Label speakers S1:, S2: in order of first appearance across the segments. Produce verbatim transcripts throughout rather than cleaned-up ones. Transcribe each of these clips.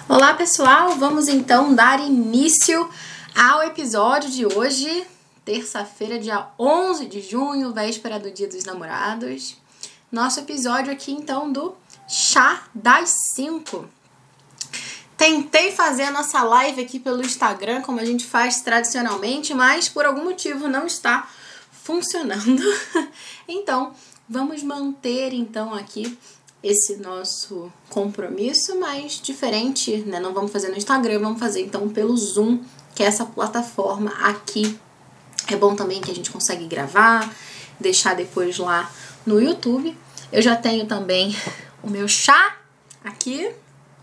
S1: Olá pessoal, vamos então dar início ao episódio de hoje, terça-feira, dia onze de junho, véspera do Dia dos Namorados. Nosso episódio aqui então do Chá das cinco. Tentei fazer a nossa live aqui pelo Instagram, como a gente faz tradicionalmente, mas por algum motivo não está funcionando. Então, vamos manter então aqui esse nosso compromisso, mas diferente, né? Não vamos fazer no Instagram, vamos fazer então pelo Zoom, que é essa plataforma aqui. É bom também que a gente consegue gravar, deixar depois lá no YouTube. Eu já tenho também o meu chá aqui.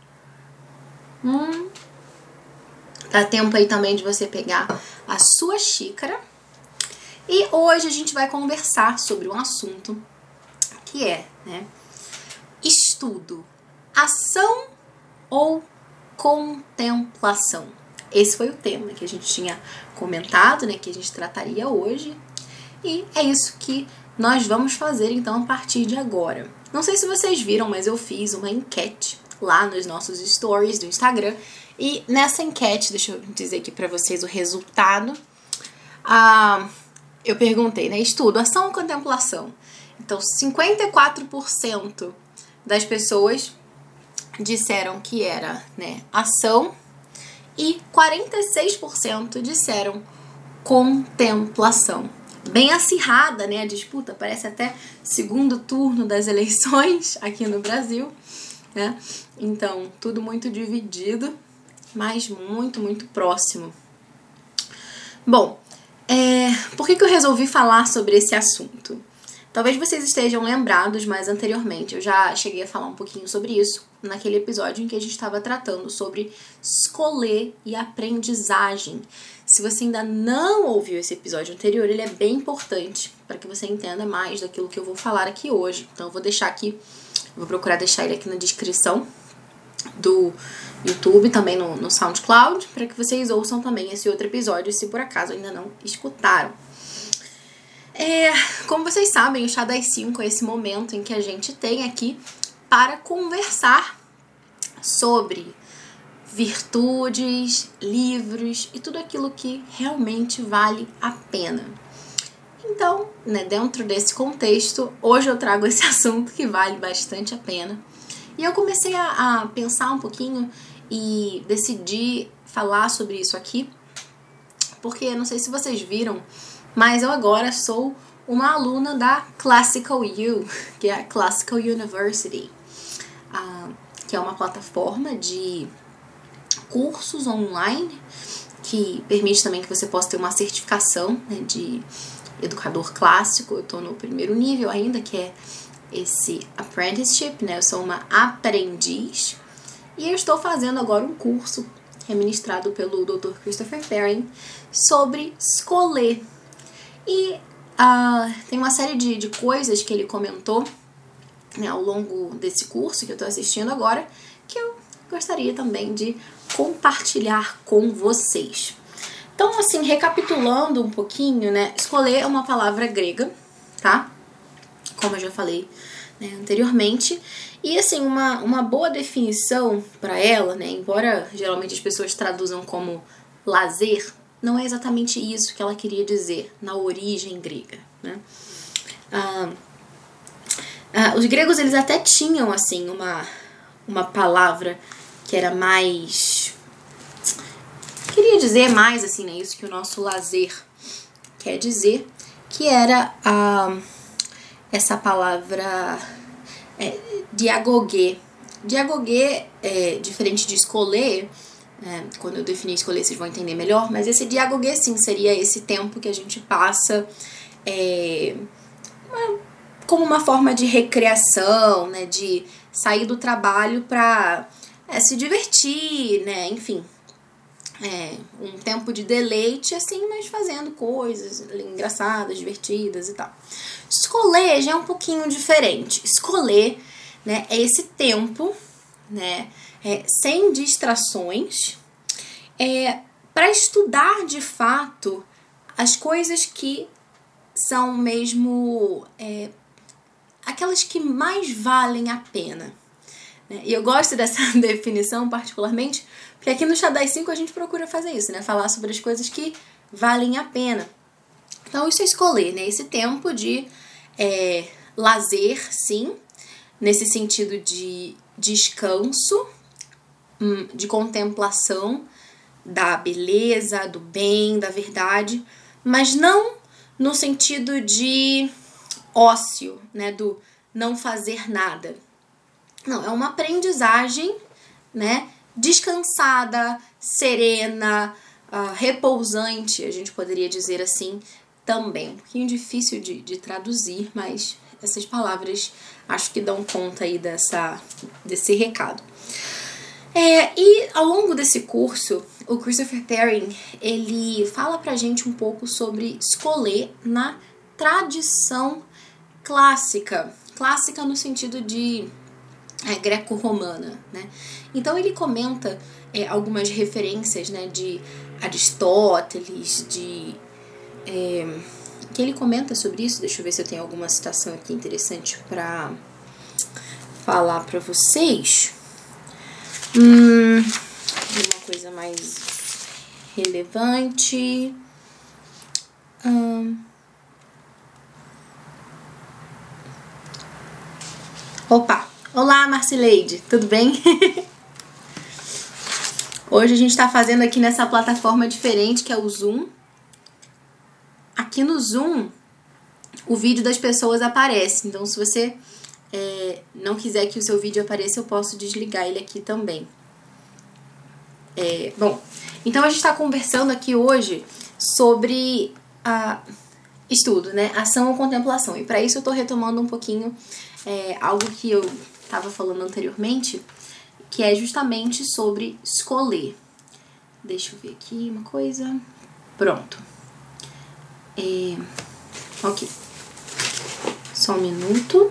S1: Hum. Dá tempo aí também de você pegar a sua xícara. E hoje a gente vai conversar sobre um assunto que é, né? Estudo, ação ou contemplação? Esse foi o tema que a gente tinha comentado, né, que a gente trataria hoje. E é isso que nós vamos fazer então a partir de agora. Não sei se vocês viram, mas eu fiz uma enquete lá nos nossos stories do Instagram. E nessa enquete, deixa eu dizer aqui pra vocês o resultado. Ah, eu perguntei, né, estudo, ação ou contemplação? Então, cinquenta e quatro por cento das pessoas disseram que era, né, ação e quarenta e seis por cento disseram contemplação. Bem acirrada, né, a disputa, parece até segundo turno das eleições aqui no Brasil, né? Então, tudo muito dividido, mas muito, muito próximo. Bom, é, por que que eu resolvi falar sobre esse assunto? Talvez vocês estejam lembrados, mas anteriormente eu já cheguei a falar um pouquinho sobre isso naquele episódio em que a gente estava tratando sobre escolher e aprendizagem. Se você ainda não ouviu esse episódio anterior, ele é bem importante para que você entenda mais daquilo que eu vou falar aqui hoje. Então eu vou deixar aqui, vou procurar deixar ele aqui na descrição do YouTube, também no, no SoundCloud, para que vocês ouçam também esse outro episódio, se por acaso ainda não escutaram. É, como vocês sabem, o Chá das cinco é esse momento em que a gente tem aqui para conversar sobre virtudes, livros e tudo aquilo que realmente vale a pena. Então, né, dentro desse contexto, hoje eu trago esse assunto que vale bastante a pena. E eu comecei a, a pensar um pouquinho e decidi falar sobre isso aqui, porque não sei se vocês viram, mas eu agora sou uma aluna da Classical U, que é a Classical University, uh, que é uma plataforma de cursos online que permite também que você possa ter uma certificação, né, de educador clássico. Eu estou no primeiro nível ainda, que é esse apprenticeship, né? Eu sou uma aprendiz e eu estou fazendo agora um curso que é ministrado pelo doutor Christopher Perrin sobre escolher. E uh, tem uma série de, de coisas que ele comentou, né, ao longo desse curso que eu estou assistindo agora, que eu gostaria também de compartilhar com vocês. Então, assim, recapitulando um pouquinho, né, escolher é uma palavra grega, tá? Como eu já falei, né, anteriormente. E, assim, uma, uma boa definição para ela, né, embora geralmente as pessoas traduzam como lazer, não é exatamente isso que ela queria dizer na origem grega, né? Ah, ah, os gregos, eles até tinham, assim, uma, uma palavra que era mais... Queria dizer mais, assim, né? Isso que o nosso lazer quer dizer, que era ah, essa palavra é, diagoguê. Diagoguê, é, diferente de escolher... É, quando eu definir escolher, vocês vão entender melhor, mas esse diagoguê, sim, seria esse tempo que a gente passa é, uma, como uma forma de recreação, né, de sair do trabalho para é, se divertir, né, enfim, é, um tempo de deleite, assim, mas fazendo coisas engraçadas, divertidas e tal. Escolher já é um pouquinho diferente. Escolher, né, é esse tempo, né, É, sem distrações, é, para estudar de fato as coisas que são mesmo é, aquelas que mais valem a pena. né? E eu gosto dessa definição particularmente, porque aqui no Chá das cinco a gente procura fazer isso, né? Falar sobre as coisas que valem a pena. Então isso é escolher, né? Esse tempo de é, lazer, sim, nesse sentido de descanso, de contemplação da beleza, do bem, da verdade, mas não no sentido de ócio, né, do não fazer nada. Não, é uma aprendizagem, né, descansada, serena, uh, repousante, a gente poderia dizer assim também. Um pouquinho difícil de, de traduzir, mas essas palavras acho que dão conta aí dessa, desse recado. É, e ao longo desse curso, o Christopher Perry, ele fala pra gente um pouco sobre escolher na tradição clássica. Clássica no sentido de é, greco-romana, né? Então ele comenta é, algumas referências, né, de Aristóteles, de... É, que ele comenta sobre isso. Deixa eu ver se eu tenho alguma citação aqui interessante pra falar pra vocês. Hum, uma coisa mais relevante. Hum. Opa! Olá, Marcileide, tudo bem? Hoje a gente está fazendo aqui nessa plataforma diferente que é o Zoom. Aqui no Zoom, o vídeo das pessoas aparece. Então, se você é, não quiser que o seu vídeo apareça, eu posso desligar ele aqui também. É, bom, então a gente está conversando aqui hoje sobre a estudo, né? Ação ou contemplação. E para isso eu estou retomando um pouquinho é, algo que eu estava falando anteriormente, que é justamente sobre escolher. Deixa eu ver aqui uma coisa. Pronto. É, ok. Só um minuto.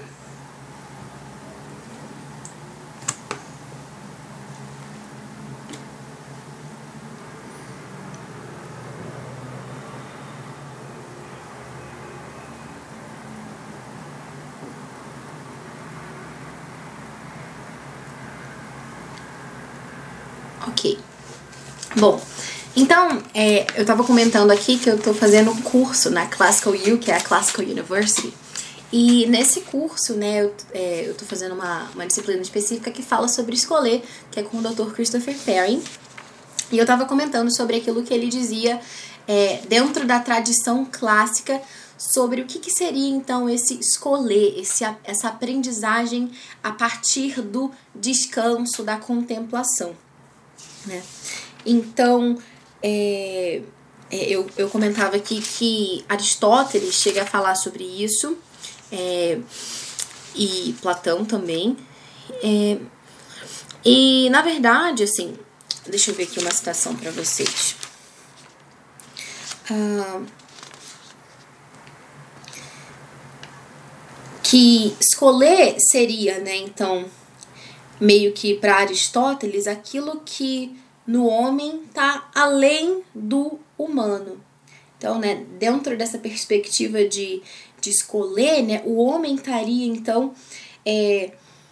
S1: Ok. Bom, então, é, eu tava comentando aqui que eu tô fazendo um curso na Classical U, que é a Classical University. E nesse curso, né, eu, é, eu tô fazendo uma, uma disciplina específica que fala sobre escolher, que é com o doutor Christopher Perry. E eu tava comentando sobre aquilo que ele dizia é, dentro da tradição clássica, sobre o que, que seria então esse escolher, esse, essa aprendizagem a partir do descanso, da contemplação, né? Então, é, é, eu, eu comentava aqui que Aristóteles chega a falar sobre isso, é, e Platão também, é, e na verdade, assim, deixa eu ver aqui uma citação para vocês. Ah, que escolher seria, né, então, meio que para Aristóteles, aquilo que no homem está além do humano. Então, né, dentro dessa perspectiva de, de escolher, né, o homem estaria, então, é,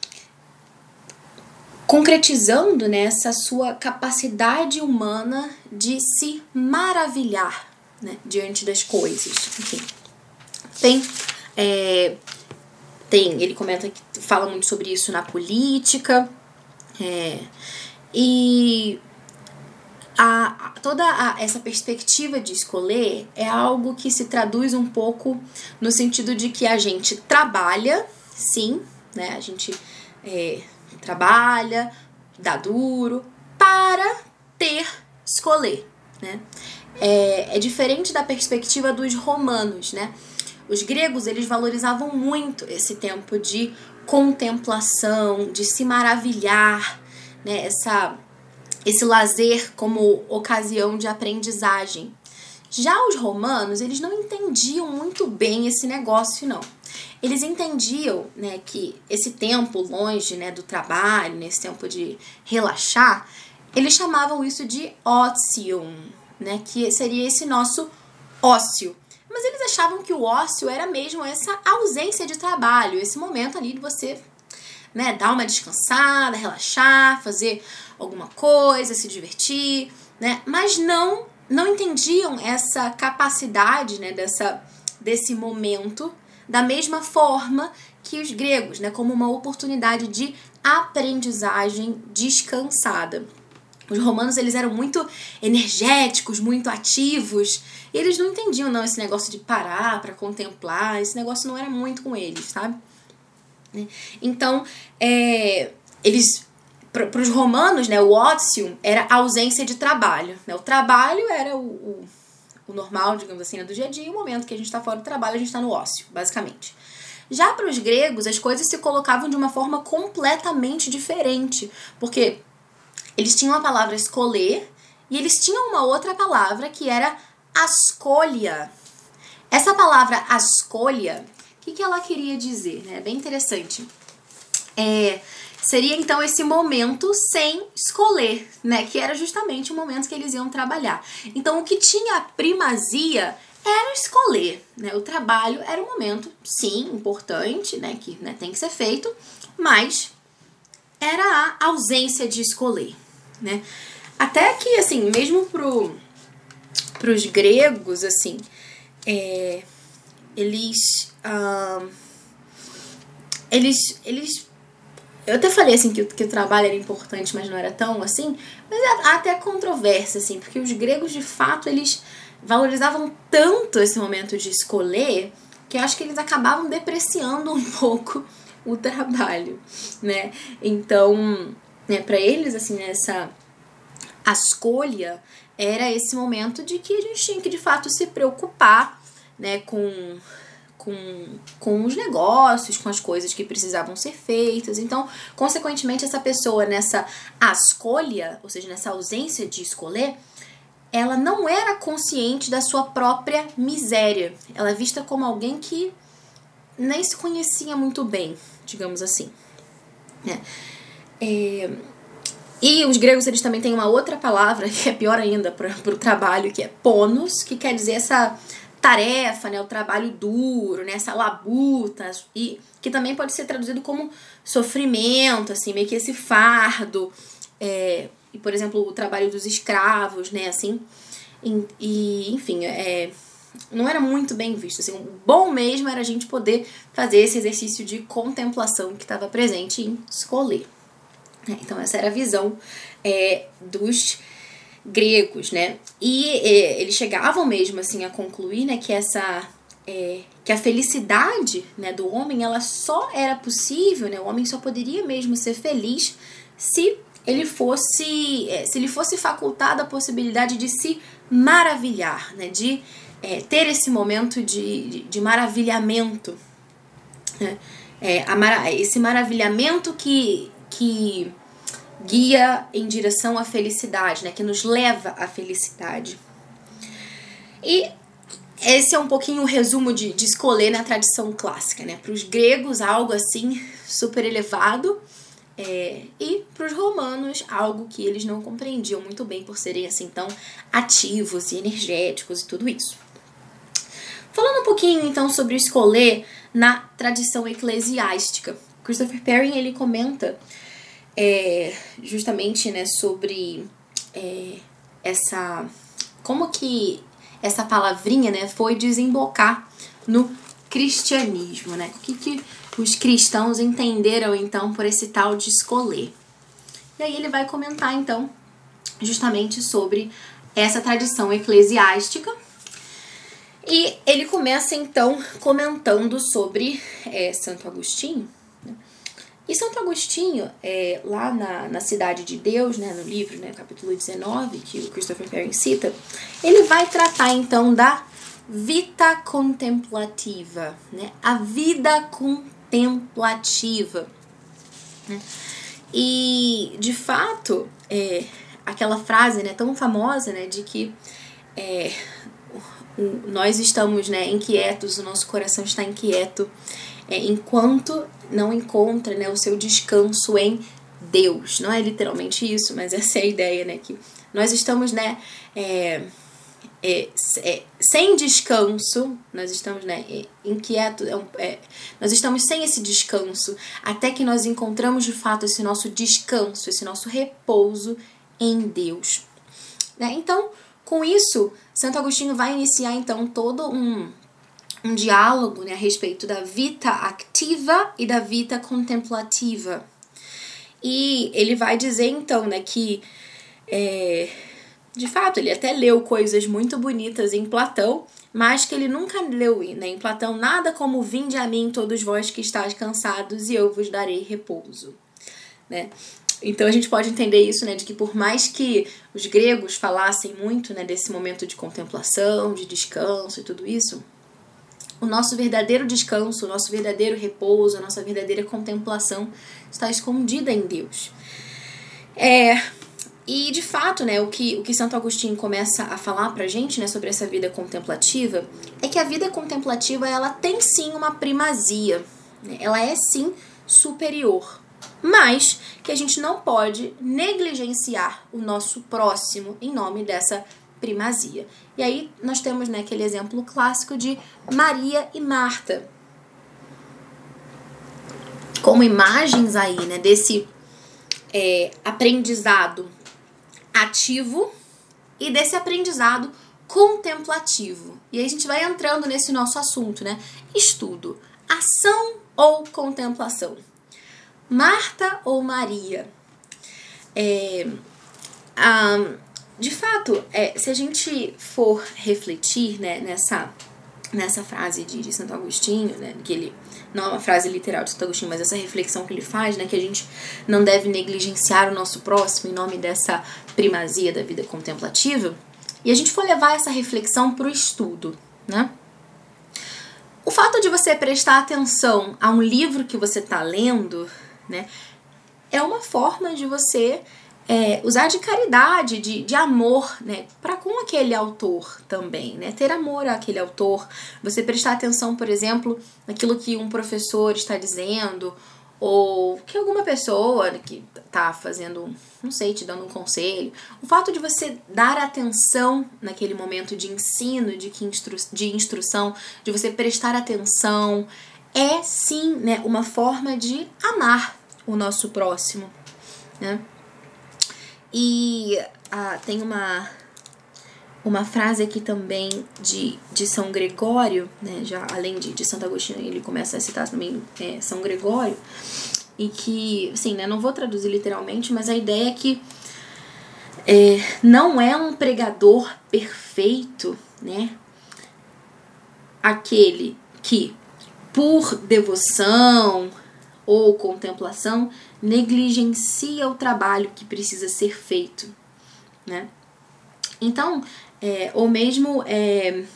S1: concretizando, né, essa sua capacidade humana de se maravilhar, né, diante das coisas. Enfim, tem... É, Tem, ele comenta que fala muito sobre isso na política, é, e a, a, toda a, essa perspectiva de escolher é algo que se traduz um pouco no sentido de que a gente trabalha, sim, né, a gente é, trabalha, dá duro, para ter escolher, né. É, é diferente da perspectiva dos romanos, né. Os gregos, eles valorizavam muito esse tempo de contemplação, de se maravilhar, né? Essa, esse lazer como ocasião de aprendizagem. Já os romanos, eles não entendiam muito bem esse negócio, não. Eles entendiam, né, que esse tempo longe, né, do trabalho, nesse tempo de relaxar, eles chamavam isso de otium, né, que seria esse nosso ócio. Mas eles achavam que o ócio era mesmo essa ausência de trabalho, esse momento ali de você né, dar uma descansada, relaxar, fazer alguma coisa, se divertir, né, mas não, não entendiam essa capacidade, né, dessa, desse momento da mesma forma que os gregos, né, como uma oportunidade de aprendizagem descansada. Os romanos, eles eram muito energéticos, muito ativos, e eles não entendiam, não, esse negócio de parar para contemplar, esse negócio não era muito com eles, sabe? Então, é, eles, para os romanos, né, o ócio era a ausência de trabalho, né? O trabalho era o, o, o normal, digamos assim, né, do dia a dia, e o momento que a gente está fora do trabalho, a gente está no ócio, basicamente. Já para os gregos, as coisas se colocavam de uma forma completamente diferente, porque eles tinham a palavra escolher e eles tinham uma outra palavra que era ascolha. Essa palavra ascolha, o que, que ela queria dizer? É, né? Bem interessante. É, seria então esse momento sem escolher, né? Que era justamente o momento que eles iam trabalhar. Então o que tinha primazia era escolher, né? O trabalho era um momento, sim, importante, né? Que, né, tem que ser feito, mas era a ausência de escolher, né? Até que, assim, mesmo pro, pros gregos, assim, é, eles, uh, eles, eles, eu até falei, assim, que, que o trabalho era importante, mas não era tão, assim, mas há até controvérsia, assim, porque os gregos, de fato, eles valorizavam tanto esse momento de escolher, que eu acho que eles acabavam depreciando um pouco o trabalho, né? Então, né, para eles, assim, essa a escolha era esse momento de que a gente tinha que, de fato, se preocupar, né, com, com, com os negócios, com as coisas que precisavam ser feitas. Então, consequentemente, essa pessoa nessa escolha, ou seja, nessa ausência de escolher, ela não era consciente da sua própria miséria. Ela é vista como alguém que nem se conhecia muito bem, digamos assim. É. É, e os gregos, eles também têm uma outra palavra, que é pior ainda para o trabalho, que é ponos, que quer dizer essa tarefa, né, o trabalho duro, né, essa labuta, e que também pode ser traduzido como sofrimento, assim, meio que esse fardo, é, e, por exemplo, o trabalho dos escravos, né, assim, e, e enfim, é, não era muito bem visto, assim, o bom mesmo era a gente poder fazer esse exercício de contemplação que estava presente em escolher. Então, essa era a visão é, dos gregos, né, e é, eles chegavam mesmo, assim, a concluir, né, que essa... É, que a felicidade, né, do homem, ela só era possível, né, o homem só poderia mesmo ser feliz se ele fosse, se ele fosse facultado a possibilidade de se maravilhar, né, de é, ter esse momento de, de, de maravilhamento, né, é, a, esse maravilhamento que, que guia em direção à felicidade, né, que nos leva à felicidade. E esse é um pouquinho o resumo de, de escolher na tradição clássica, né, para os gregos algo assim super elevado, É, e para os romanos, algo que eles não compreendiam muito bem por serem assim tão ativos e energéticos e tudo isso. Falando um pouquinho então sobre o escolher na tradição eclesiástica, Christopher Perry, ele comenta é, justamente, né, sobre é, essa como que essa palavrinha, né, foi desembocar no cristianismo, né? O que que os cristãos entenderam, então, por esse tal de escolher. E aí ele vai comentar, então, justamente sobre essa tradição eclesiástica. E ele começa, então, comentando sobre é, Santo Agostinho. Né? E Santo Agostinho, é, lá na, na Cidade de Deus, né, no livro, né, capítulo dezenove, que o Christopher Perry cita, ele vai tratar, então, da vita contemplativa, né? A vida contemplativa. Né? E, de fato, é, aquela frase, né, tão famosa, né, de que é, o, nós estamos, né, inquietos, o nosso coração está inquieto é, enquanto não encontra, né, o seu descanso em Deus. Não é literalmente isso, mas essa é a ideia, né, que nós estamos, né, é, é, é, sem descanso, nós estamos, né, inquietos, é um, é, nós estamos sem esse descanso, até que nós encontramos de fato esse nosso descanso, esse nosso repouso em Deus. Né? Então, com isso, Santo Agostinho vai iniciar então todo um, um diálogo, né, a respeito da vita ativa e da vita contemplativa. E ele vai dizer então, né, que é, de fato ele até leu coisas muito bonitas em Platão, mas que ele nunca leu, né, em Platão nada como vinde a mim todos vós que estáis cansados e eu vos darei repouso. Né? Então a gente pode entender isso, né, de que por mais que os gregos falassem muito, né, desse momento de contemplação, de descanso e tudo isso, o nosso verdadeiro descanso, o nosso verdadeiro repouso, a nossa verdadeira contemplação está escondida em Deus. É, e de fato, né, o que, o que Santo Agostinho começa a falar pra gente, né, sobre essa vida contemplativa é que a vida contemplativa ela tem sim uma primazia, né, ela é sim superior. Mas que a gente não pode negligenciar o nosso próximo em nome dessa primazia. E aí nós temos, né, aquele exemplo clássico de Maria e Marta como imagens aí, né, desse é, aprendizado ativo e desse aprendizado contemplativo. E aí a gente vai entrando nesse nosso assunto, né? Estudo, ação ou contemplação? Marta ou Maria? É, ah, de fato, é, se a gente for refletir, né, nessa, nessa frase de, de Santo Agostinho, né, que ele, não é uma frase literal de Santo Agostinho, mas essa reflexão que ele faz, né, que a gente não deve negligenciar o nosso próximo em nome dessa primazia da vida contemplativa, e a gente for levar essa reflexão para o estudo, né? O fato de você prestar atenção a um livro que você está lendo, né, é uma forma de você é, usar de caridade, de, de amor, né, para com aquele autor também, né, ter amor àquele autor, você prestar atenção, por exemplo, naquilo que um professor está dizendo, ou que alguma pessoa que está fazendo, não sei, te dando um conselho. O fato de você dar atenção naquele momento de ensino, de, que instru- de instrução, de você prestar atenção, é sim, né, uma forma de amar o nosso próximo, né? E ah, tem uma, uma frase aqui também de, de São Gregório, né? Já além de, de Santo Agostinho, ele começa a citar também é, São Gregório, e que, assim, né, não vou traduzir literalmente, mas a ideia é que é, não é um pregador perfeito, né, aquele que, por devoção ou contemplação, negligencia o trabalho que precisa ser feito, né? Então, é, ou mesmo é,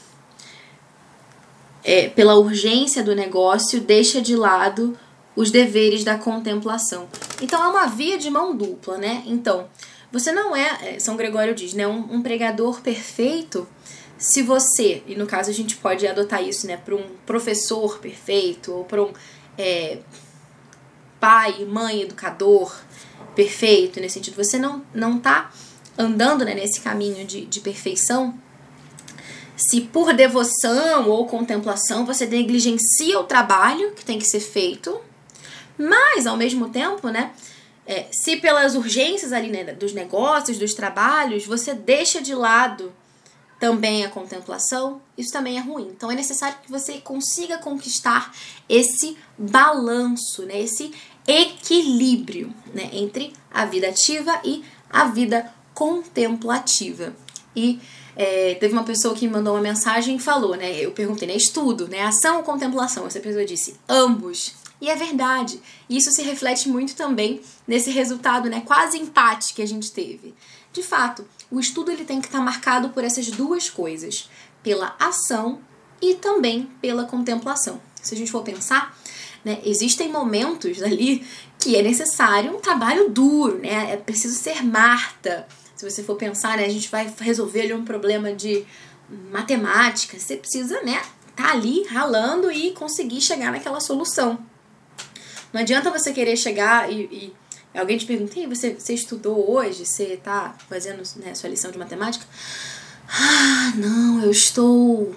S1: é, pela urgência do negócio, deixa de lado os deveres da contemplação. Então, é uma via de mão dupla, né? Então, você não é, São Gregório diz, né, um, um pregador perfeito se você, e no caso a gente pode adotar isso, né, para um professor perfeito, ou para um é, pai, mãe, educador perfeito, nesse sentido, você não, não tá andando, né, nesse caminho de, de perfeição, se por devoção ou contemplação você negligencia o trabalho que tem que ser feito, mas, ao mesmo tempo, né, é, se pelas urgências ali, né, dos negócios, dos trabalhos, você deixa de lado também a contemplação, isso também é ruim. Então, é necessário que você consiga conquistar esse balanço, né, esse equilíbrio, né, entre a vida ativa e a vida contemplativa. E é, teve uma pessoa que me mandou uma mensagem e falou, né, eu perguntei, né, estudo, né, ação ou contemplação? Essa pessoa disse, ambos. E é verdade. E isso se reflete muito também nesse resultado, né, quase empate que a gente teve. De fato, o estudo ele tem que estar marcado por essas duas coisas, pela ação e também pela contemplação. Se a gente for pensar, né, existem momentos ali que é necessário um trabalho duro, né, é preciso ser Marta. Se você for pensar, né, a gente vai resolver ali um problema de matemática, você precisa, né, tá ali ralando e conseguir chegar naquela solução. Não adianta você querer chegar e, e alguém te pergunta, você, você estudou hoje? Você tá fazendo, né, sua lição de matemática? ah, não, eu estou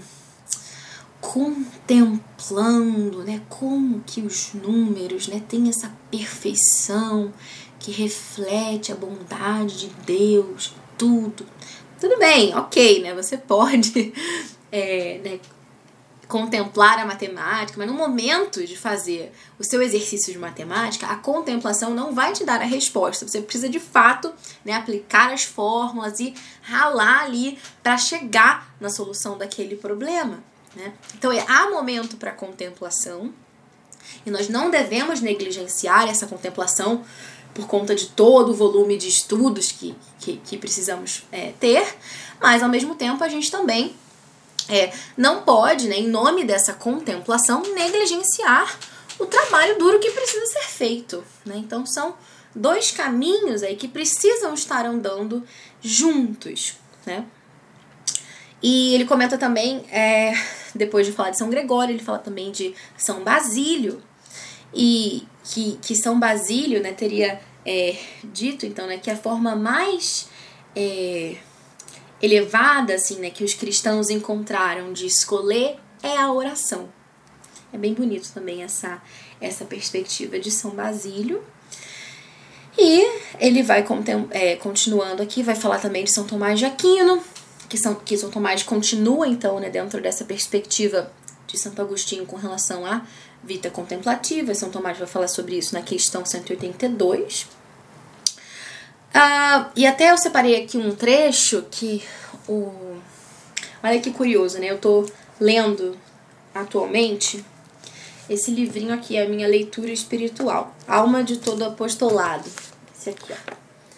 S1: contemplando, né, como que os números, né, têm essa perfeição que reflete a bondade de Deus, tudo. Tudo bem, ok, né, você pode é, né, contemplar a matemática, mas no momento de fazer o seu exercício de matemática, a contemplação não vai te dar a resposta. Você precisa de fato, né, aplicar as fórmulas e ralar ali para chegar na solução daquele problema, né? Então há momento para contemplação e nós não devemos negligenciar essa contemplação por conta de todo o volume de estudos que, que, que precisamos é, ter, mas ao mesmo tempo a gente também É, não pode, né, em nome dessa contemplação, negligenciar o trabalho duro que precisa ser feito, né? Então são dois caminhos aí que precisam estar andando juntos, né? E ele comenta também, é, depois de falar de São Gregório, ele fala também de São Basílio, e que, que São Basílio, né, teria é, dito então, né, que a forma mais é, elevada, assim, né, que os cristãos encontraram de escolher é a oração. É bem bonito também essa, essa perspectiva de São Basílio. E ele vai é, continuando aqui, vai falar também de São Tomás de Aquino, que São, que São Tomás continua, então, né, dentro dessa perspectiva de Santo Agostinho com relação à vida contemplativa. São Tomás vai falar sobre isso na questão cento e oitenta e dois. Uh, e até eu separei aqui um trecho que o... Olha que curioso, né? Eu tô lendo atualmente esse livrinho aqui, é a minha leitura espiritual, Alma de Todo Apostolado. Esse aqui, ó.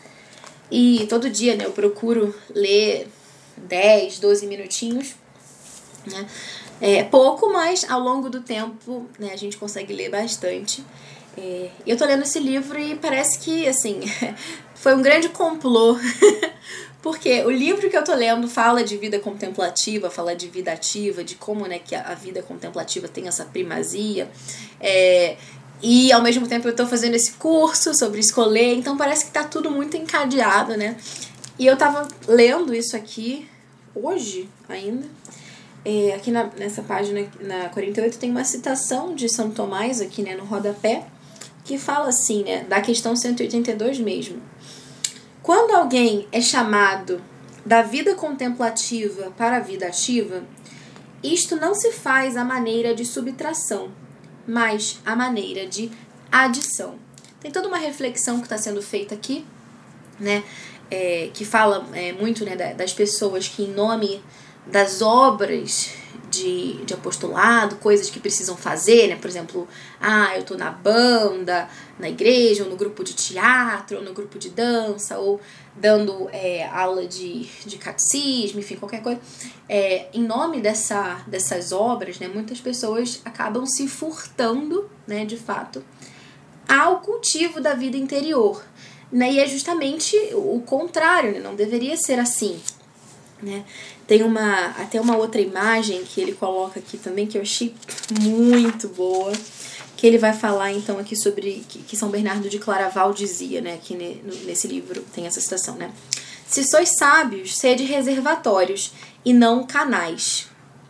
S1: E todo dia, né, eu procuro ler dez, doze minutinhos, né? É pouco, mas ao longo do tempo, né, a gente consegue ler bastante. É, eu tô lendo esse livro e parece que, assim, foi um grande complô, porque o livro que eu tô lendo fala de vida contemplativa, fala de vida ativa, de como, né, que a vida contemplativa tem essa primazia, é, e ao mesmo tempo eu tô fazendo esse curso sobre escolher, então parece que tá tudo muito encadeado, né? E eu tava lendo isso aqui hoje ainda. É, aqui na, nessa página, na quarenta e oito, tem uma citação de São Tomás aqui, né, no rodapé, que fala assim, né, da questão cento e oitenta e dois mesmo. Quando alguém é chamado da vida contemplativa para a vida ativa, isto não se faz à maneira de subtração, mas à maneira de adição. Tem toda uma reflexão que está sendo feita aqui, né, é, que fala é, muito, né, das pessoas que, em nome das obras de, de apostolado, coisas que precisam fazer, né? Por exemplo, ah, eu tô na banda, na igreja, ou no grupo de teatro, ou no grupo de dança, ou dando é, aula de, de catecismo, enfim, qualquer coisa. É, em nome dessa, dessas obras, né, muitas pessoas acabam se furtando, né, de fato, ao cultivo da vida interior, né? E é justamente o contrário, né? Não deveria ser assim, né? Tem uma, até uma outra imagem que ele coloca aqui também, que eu achei muito boa, que ele vai falar então aqui sobre, que, que São Bernardo de Claraval dizia, né, aqui ne, nesse livro tem essa citação, né? Se sois sábios, sede reservatórios e não canais.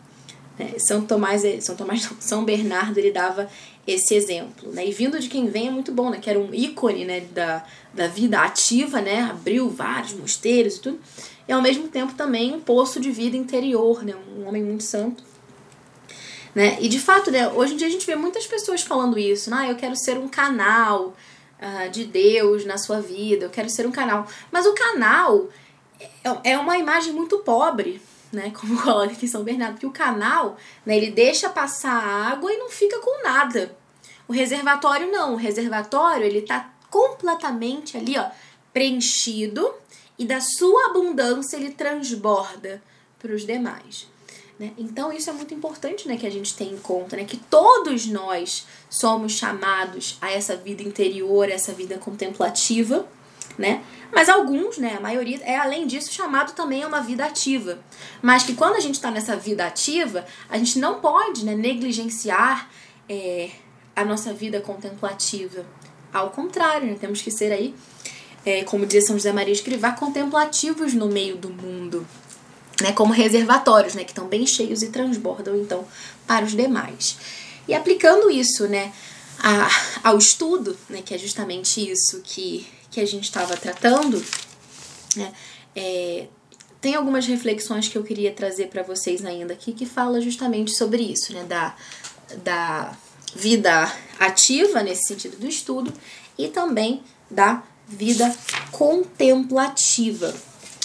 S1: É, São Tomás, São Tomás, não, São Bernardo, ele dava esse exemplo, né? E vindo de quem vem é muito bom, né? Que era um ícone, né, da, da vida ativa, né? Abriu vários mosteiros e tudo. E ao mesmo tempo também um poço de vida interior, né? Um homem muito santo, né? E de fato, né, hoje em dia a gente vê muitas pessoas falando isso, né? Ah, eu quero ser um canal uh, de Deus na sua vida, eu quero ser um canal. Mas o canal é, é uma imagem muito pobre, né? Como coloca aqui em São Bernardo, que o canal, né, ele deixa passar a água e não fica com nada. O reservatório não, o reservatório ele tá completamente ali, ó, preenchido, e da sua abundância ele transborda para os demais, né? Então isso é muito importante, né, que a gente tenha em conta, né, que todos nós somos chamados a essa vida interior, a essa vida contemplativa, né? Mas alguns, né, a maioria é, além disso, chamado também a uma vida ativa. Mas que quando a gente está nessa vida ativa, a gente não pode, né, negligenciar é, a nossa vida contemplativa. Ao contrário, né, temos que ser aí, É, como dizia São José Maria Escrivá, contemplativos no meio do mundo, né, como reservatórios, né, que estão bem cheios e transbordam, então, para os demais. E aplicando isso, né, a, ao estudo, né, que é justamente isso que, que a gente estava tratando, né, é, tem algumas reflexões que eu queria trazer para vocês ainda aqui, que fala justamente sobre isso, né, da, da vida ativa, nesse sentido do estudo, e também da vida contemplativa.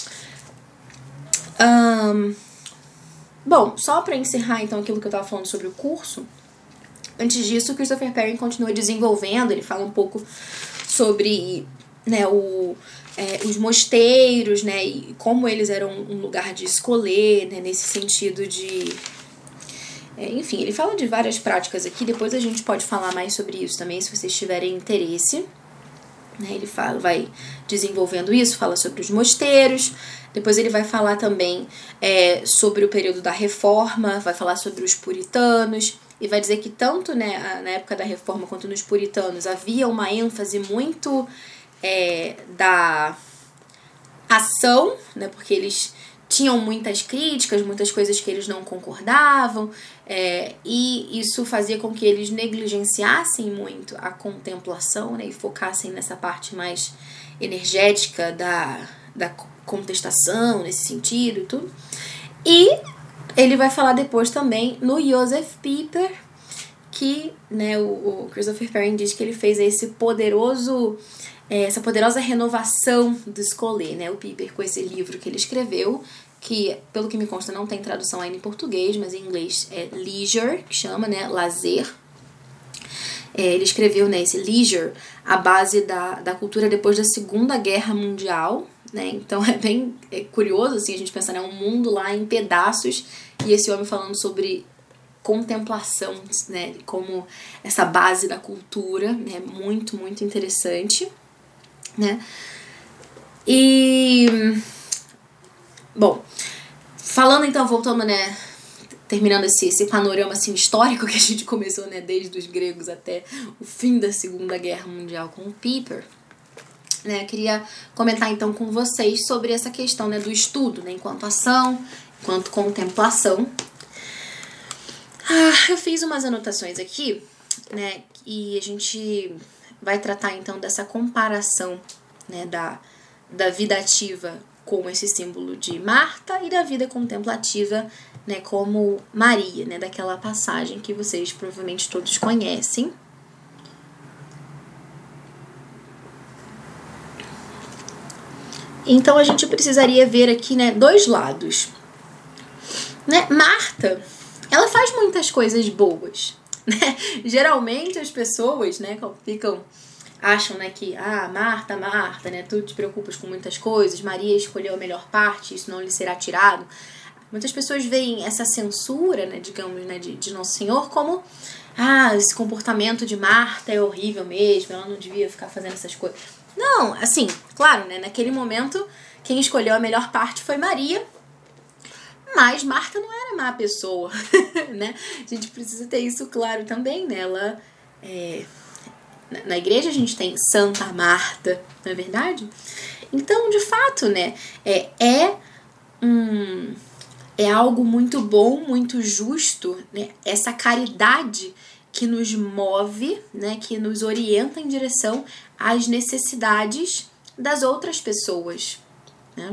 S1: Um, bom, só para encerrar então aquilo que eu estava falando sobre o curso, antes disso o Christopher Perry continua desenvolvendo, ele fala um pouco sobre, né, o, é, os mosteiros, né, e como eles eram um lugar de escolher, né, nesse sentido de... É, enfim, ele fala de várias práticas aqui, depois a gente pode falar mais sobre isso também, se vocês tiverem interesse. Ele fala, vai desenvolvendo isso, fala sobre os mosteiros, depois ele vai falar também é, sobre o período da Reforma, vai falar sobre os puritanos, e vai dizer que tanto, né, na época da Reforma quanto nos puritanos havia uma ênfase muito é, da ação, né, porque eles tinham muitas críticas, muitas coisas que eles não concordavam, é, e isso fazia com que eles negligenciassem muito a contemplação, né, e focassem nessa parte mais energética da, da contestação, nesse sentido e tudo. E ele vai falar depois também no Joseph Pieper, que, né, o, o Christopher Perry diz que ele fez esse poderoso... essa poderosa renovação do escolher, né, o Pieper, com esse livro que ele escreveu, que, pelo que me consta, não tem tradução ainda em português, mas em inglês é leisure, que chama, né, lazer. É, ele escreveu, né, esse leisure, a base da, da cultura depois da Segunda Guerra Mundial, né, então é bem é curioso, assim, a gente pensar, né, um mundo lá em pedaços, e esse homem falando sobre contemplação, né, como essa base da cultura, né, muito, muito interessante. Né? E bom, falando então, voltando, né, terminando esse, esse panorama assim, histórico que a gente começou, né, desde os gregos até o fim da Segunda Guerra Mundial com o Pieper, né, eu queria comentar então com vocês sobre essa questão, né, do estudo, né, enquanto ação, enquanto contemplação. Ah, eu fiz umas anotações aqui, né, e a gente vai tratar então dessa comparação, né, da, da vida ativa com esse símbolo de Marta e da vida contemplativa, né, como Maria, né, daquela passagem que vocês provavelmente todos conhecem. Então a gente precisaria ver aqui, né, dois lados. Né? Marta, ela faz muitas coisas boas. Né? Geralmente as pessoas, né, ficam, acham, né, que ah, Marta, Marta, né, tu te preocupas com muitas coisas, Maria escolheu a melhor parte, isso não lhe será tirado. Muitas pessoas veem essa censura, né, digamos, né, de, de Nosso Senhor como ah, esse comportamento de Marta é horrível mesmo, ela não devia ficar fazendo essas coisas. Não, assim, claro, né, naquele momento quem escolheu a melhor parte foi Maria. Mas Marta não era má pessoa, né? A gente precisa ter isso claro também, né? Ela, é, na, na igreja a gente tem Santa Marta, não é verdade? Então, de fato, né? É, é, um, é algo muito bom, muito justo, né? Essa caridade que nos move, né? Que nos orienta em direção às necessidades das outras pessoas, né?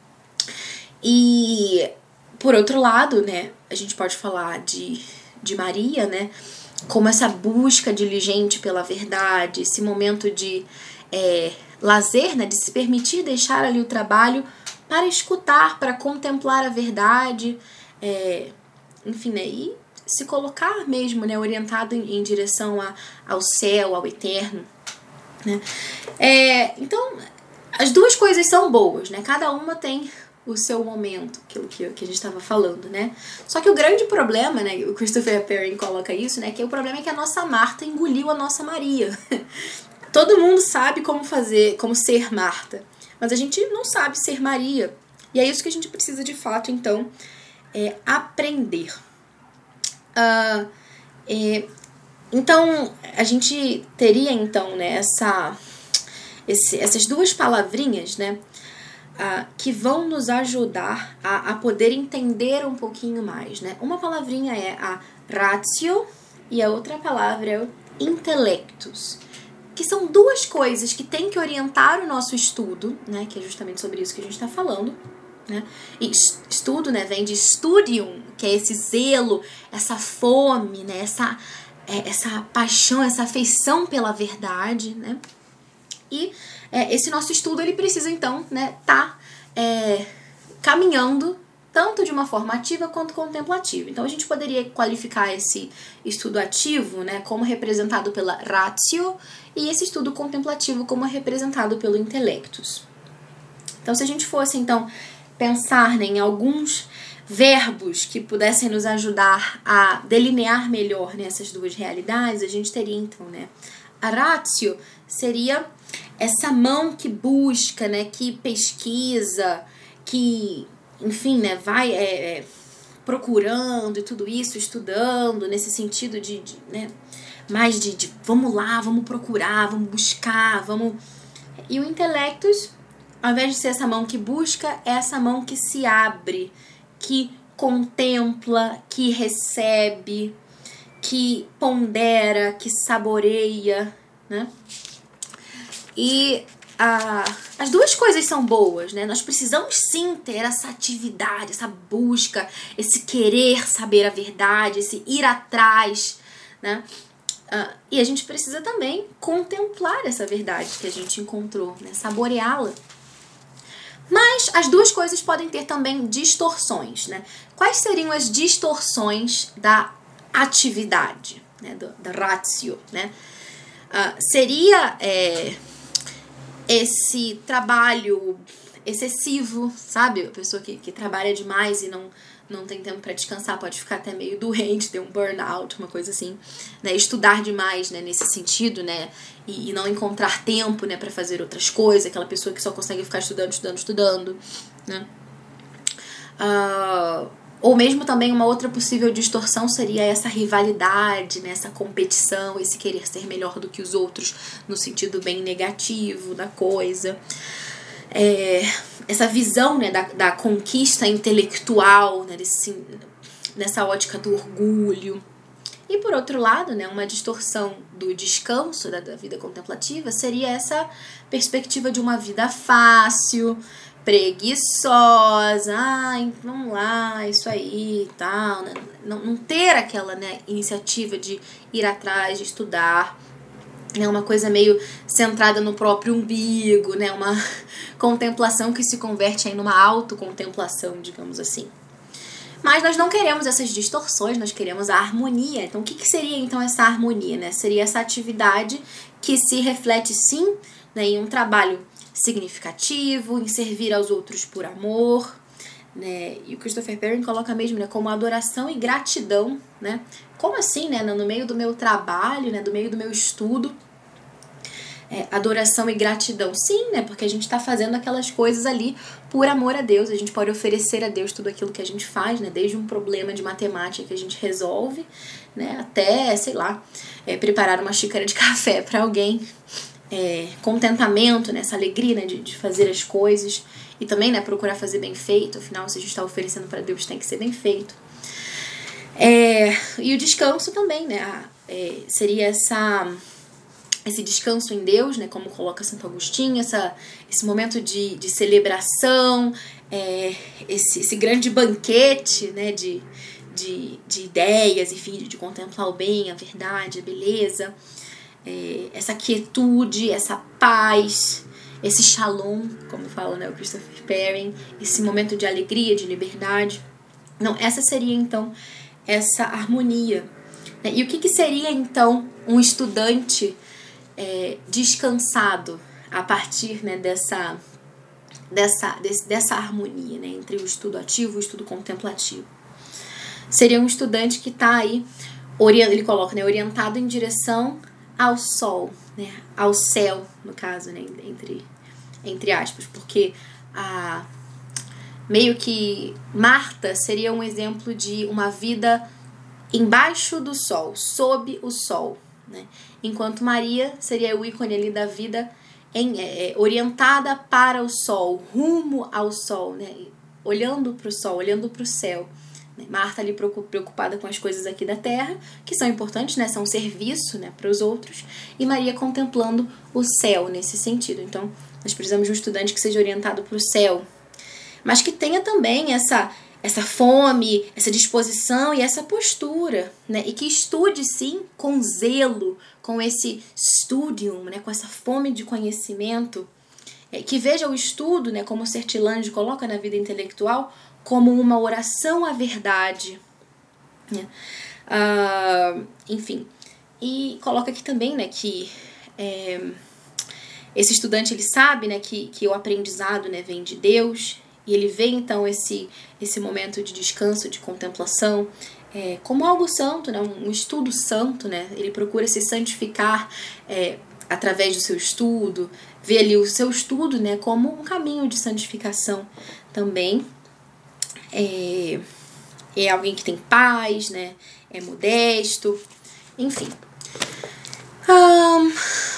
S1: E... por outro lado, né, a gente pode falar de, de Maria, né, como essa busca diligente pela verdade, esse momento de é, lazer, né, de se permitir deixar ali o trabalho para escutar, para contemplar a verdade, é, enfim, né, e se colocar mesmo, né, orientado em, em direção a, ao céu, ao eterno. Né. É, então, as duas coisas são boas, né, cada uma tem o seu momento, aquilo que, que a gente estava falando, né? Só que o grande problema, né, o Christopher Perry coloca isso, né, que o problema é que a nossa Marta engoliu a nossa Maria. Todo mundo sabe como fazer, como ser Marta, mas a gente não sabe ser Maria. E é isso que a gente precisa, de fato, então, é, aprender. Uh, é, então, a gente teria, então, né, essa, esse, essas duas palavrinhas, né, uh, que vão nos ajudar a, a poder entender um pouquinho mais, né? Uma palavrinha é a ratio e a outra palavra é o intellectus, que são duas coisas que têm que orientar o nosso estudo, né? Que é justamente sobre isso que a gente está falando, né? E estudo, né, vem de studium, que é esse zelo, essa fome, né, essa, é, essa paixão, essa afeição pela verdade, né? E é, esse nosso estudo, ele precisa então, né, tá é, caminhando tanto de uma forma ativa quanto contemplativa. Então a gente poderia qualificar esse estudo ativo, né, como representado pela ratio e esse estudo contemplativo como representado pelo intellectus. Então se a gente fosse então pensar, né, em alguns verbos que pudessem nos ajudar a delinear melhor nessas duas realidades, a gente teria então, né, a ratio seria essa mão que busca, né, que pesquisa, que, enfim, né, vai é, é, procurando e tudo isso, estudando, nesse sentido de, de né, mais de, de vamos lá, vamos procurar, vamos buscar, vamos... E o intellectus, ao invés de ser essa mão que busca, é essa mão que se abre, que contempla, que recebe, que pondera, que saboreia, né? E ah, as duas coisas são boas, né? Nós precisamos sim ter essa atividade, essa busca, esse querer saber a verdade, esse ir atrás, né? Ah, e a gente precisa também contemplar essa verdade que a gente encontrou, né? Saboreá-la. Mas as duas coisas podem ter também distorções, né? Quais seriam as distorções da atividade, né? Do, da ratio, né? Uh, seria é, esse trabalho excessivo, sabe? A pessoa que, que trabalha demais e não, não tem tempo para descansar pode ficar até meio doente, ter um burnout, uma coisa assim, né? Estudar demais, né? Nesse sentido, né? E, e não encontrar tempo, né? Para fazer outras coisas, aquela pessoa que só consegue ficar estudando, estudando, estudando, né? Uh, ou mesmo também uma outra possível distorção seria essa rivalidade, né? Essa competição, esse querer ser melhor do que os outros no sentido bem negativo da coisa. É, essa visão, né, da, da conquista intelectual, né, desse, nessa ótica do orgulho. E por outro lado, né, uma distorção do descanso da, da vida contemplativa seria essa perspectiva de uma vida fácil, preguiçosa, ai, vamos lá, isso aí e tal, né? não, não ter aquela, né, iniciativa de ir atrás, de estudar, né, uma coisa meio centrada no próprio umbigo, né, uma contemplação que se converte aí numa autocontemplação, digamos assim. Mas nós não queremos essas distorções, nós queremos a harmonia. Então, o que, que seria então essa harmonia, né? Seria essa atividade que se reflete sim, né, em um trabalho significativo, em servir aos outros por amor, né? E o Christopher Perry coloca mesmo, né, como adoração e gratidão, né? Como assim, né? No meio do meu trabalho, né, do meio do meu estudo, é, adoração e gratidão. Sim, né? Porque a gente está fazendo aquelas coisas ali por amor a Deus. A gente pode oferecer a Deus tudo aquilo que a gente faz, né? Desde um problema de matemática que a gente resolve, né? Até, sei lá, é, preparar uma xícara de café para alguém. É, contentamento, né? Essa alegria, né, de, de fazer as coisas. E também, né, procurar fazer bem feito. Afinal, se a gente está oferecendo para Deus, tem que ser bem feito. É, e o descanso também, né? É, seria essa... esse descanso em Deus, né, como coloca Santo Agostinho, essa, esse momento de, de celebração, é, esse, esse grande banquete, né, de, de, de ideias, enfim, de, de contemplar o bem, a verdade, a beleza, é, essa quietude, essa paz, esse shalom, como fala, né, o Christopher Perry, esse momento de alegria, de liberdade. Não, essa seria, então, essa harmonia. Né? E o que, que seria, então, um estudante É, descansado a partir, né, dessa, dessa, desse, dessa harmonia, né, entre o estudo ativo e o estudo contemplativo? Seria um estudante que está aí, ele coloca, né, orientado em direção ao sol, né, ao céu, no caso, né, entre, entre aspas, porque a, meio que Marta seria um exemplo de uma vida embaixo do sol, sob o sol, né? Enquanto Maria seria o ícone ali da vida em, é, orientada para o sol, rumo ao sol, né? Olhando para o sol, olhando para o céu. Marta ali preocupada com as coisas aqui da terra, que são importantes, né? São um serviço, né, para os outros, e Maria contemplando o céu nesse sentido. Então, nós precisamos de um estudante que seja orientado para o céu, mas que tenha também essa, essa fome, essa disposição e essa postura, né? E que estude, sim, com zelo, com esse studium, né? Com essa fome de conhecimento, é, que veja o estudo, né, como o Sertilândio coloca na vida intelectual, como uma oração à verdade, né? Ah, enfim, e coloca aqui também, né, que é, esse estudante ele sabe, né, que, que o aprendizado, né, vem de Deus, e ele vê então esse, esse momento de descanso, de contemplação, é, como algo santo, né, um estudo santo, né? Ele procura se santificar é, através do seu estudo, vê ali o seu estudo, né, como um caminho de santificação também. É, é alguém que tem paz, né? É modesto, enfim. Um,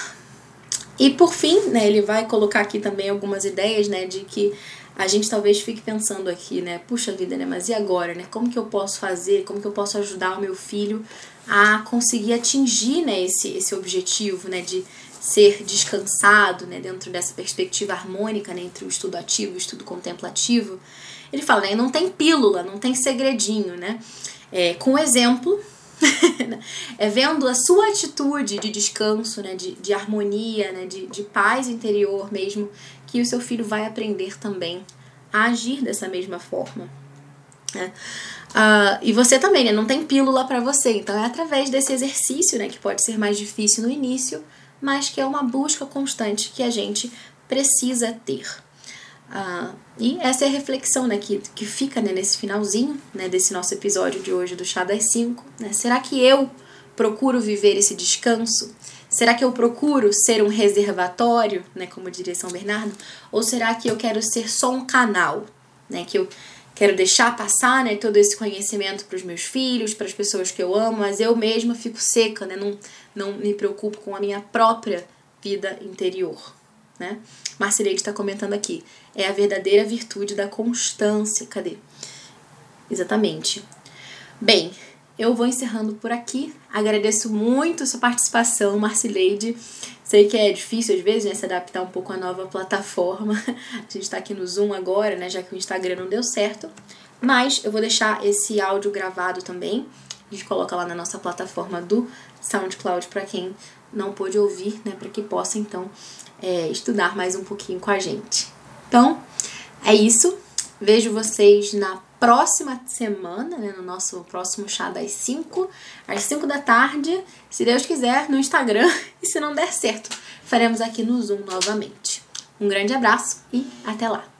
S1: e por fim, né, ele vai colocar aqui também algumas ideias, né, de que a gente talvez fique pensando aqui, né, puxa vida, né, mas e agora, né? Como que eu posso fazer? Como que eu posso ajudar o meu filho a conseguir atingir, né, esse, esse objetivo, né, de ser descansado, né, dentro dessa perspectiva harmônica, né, entre o estudo ativo e o estudo contemplativo? Ele fala, né, não tem pílula, não tem segredinho, né? É, com exemplo, é vendo a sua atitude de descanso, né, de, de harmonia, né, de, de paz interior mesmo, que o seu filho vai aprender também a agir dessa mesma forma. Né? Uh, e você também, né, não tem pílula para você, então é através desse exercício, né, que pode ser mais difícil no início, mas que é uma busca constante que a gente precisa ter. Uh, e essa é a reflexão, né, que, que fica, né, nesse finalzinho, né, desse nosso episódio de hoje do Chá das cinco. Né? Será que eu procuro viver esse descanso? Será que eu procuro ser um reservatório, né, como diria São Bernardo? Ou será que eu quero ser só um canal, né, que eu quero deixar passar, né, todo esse conhecimento para os meus filhos, para as pessoas que eu amo, mas eu mesma fico seca, né, não, não me preocupo com a minha própria vida interior? Né? Marcileide está comentando aqui, é a verdadeira virtude da constância. Cadê? Exatamente. Bem, eu vou encerrando por aqui. Agradeço muito a sua participação, Marcileide. Sei que é difícil às vezes, né, se adaptar um pouco à nova plataforma. A gente está aqui no Zoom agora, né, já que o Instagram não deu certo. Mas eu vou deixar esse áudio gravado também. A gente coloca lá na nossa plataforma do SoundCloud para quem não pôde ouvir, né, para que possa então É, estudar mais um pouquinho com a gente. Então, é isso. Vejo vocês na próxima semana, né, no nosso próximo Chá das cinco, às cinco da tarde, se Deus quiser, no Instagram. E se não der certo, faremos aqui no Zoom novamente. Um grande abraço e até lá!